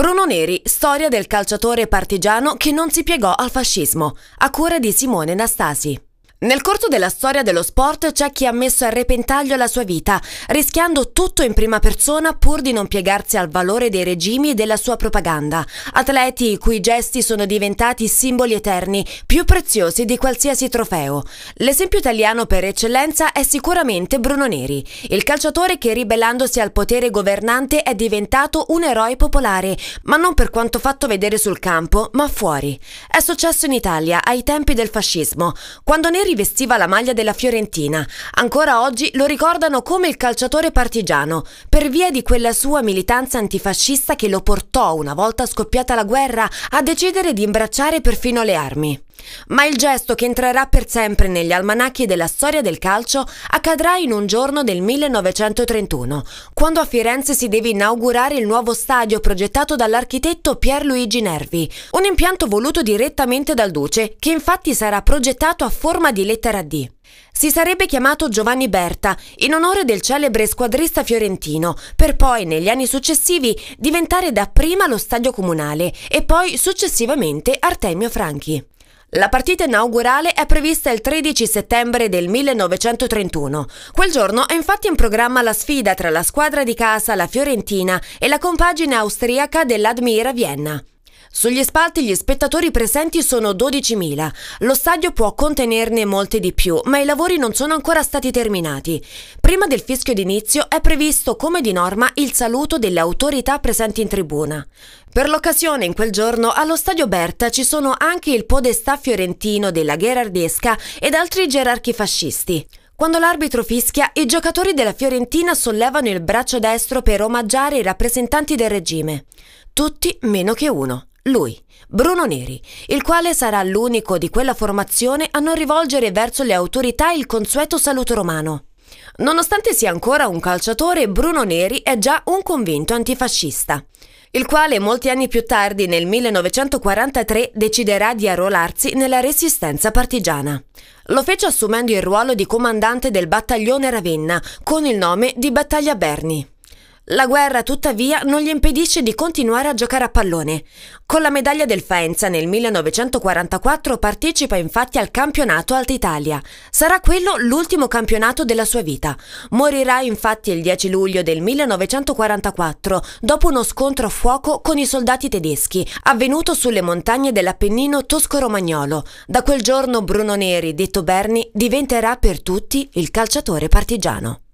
Bruno Neri, storia del calciatore partigiano che non si piegò al fascismo, a cura di Simone Nastasi. Nel corso della storia dello sport c'è chi ha messo a repentaglio la sua vita, rischiando tutto in prima persona pur di non piegarsi al valore dei regimi e della sua propaganda. Atleti i cui gesti sono diventati simboli eterni, più preziosi di qualsiasi trofeo. L'esempio italiano per eccellenza è sicuramente Bruno Neri, il calciatore che ribellandosi al potere governante è diventato un eroe popolare, ma non per quanto fatto vedere sul campo, ma fuori. È successo in Italia ai tempi del fascismo, quando Neri vestiva la maglia della Fiorentina. Ancora oggi lo ricordano come il calciatore partigiano, per via di quella sua militanza antifascista che lo portò, una volta scoppiata la guerra, a decidere di imbracciare perfino le armi. Ma il gesto che entrerà per sempre negli almanacchi della storia del calcio accadrà in un giorno del 1931, quando a Firenze si deve inaugurare il nuovo stadio progettato dall'architetto Pierluigi Nervi, un impianto voluto direttamente dal Duce, che infatti sarà progettato a forma di lettera D. Si sarebbe chiamato Giovanni Berta, in onore del celebre squadrista fiorentino, per poi, negli anni successivi, diventare dapprima lo stadio comunale e poi successivamente Artemio Franchi. La partita inaugurale è prevista il 13 settembre del 1931. Quel giorno è infatti in programma la sfida tra la squadra di casa, la Fiorentina, e la compagine austriaca dell'Admira Vienna. Sugli spalti gli spettatori presenti sono 12.000. Lo stadio può contenerne molti di più, ma i lavori non sono ancora stati terminati. Prima del fischio d'inizio è previsto come di norma il saluto delle autorità presenti in tribuna. Per l'occasione, in quel giorno, allo stadio Berta ci sono anche il podestà fiorentino della Gherardesca ed altri gerarchi fascisti. Quando l'arbitro fischia, i giocatori della Fiorentina sollevano il braccio destro per omaggiare i rappresentanti del regime. Tutti meno che uno. Lui, Bruno Neri, il quale sarà l'unico di quella formazione a non rivolgere verso le autorità il consueto saluto romano. Nonostante sia ancora un calciatore, Bruno Neri è già un convinto antifascista, il quale molti anni più tardi, nel 1943, deciderà di arruolarsi nella resistenza partigiana. Lo fece assumendo il ruolo di comandante del battaglione Ravenna, con il nome di Battaglia Berni. La guerra, tuttavia, non gli impedisce di continuare a giocare a pallone. Con la medaglia del Faenza nel 1944 partecipa infatti al campionato Alta Italia. Sarà quello l'ultimo campionato della sua vita. Morirà infatti il 10 luglio del 1944 dopo uno scontro a fuoco con i soldati tedeschi, avvenuto sulle montagne dell'Appennino tosco-romagnolo. Da quel giorno Bruno Neri, detto Berni, diventerà per tutti il calciatore partigiano.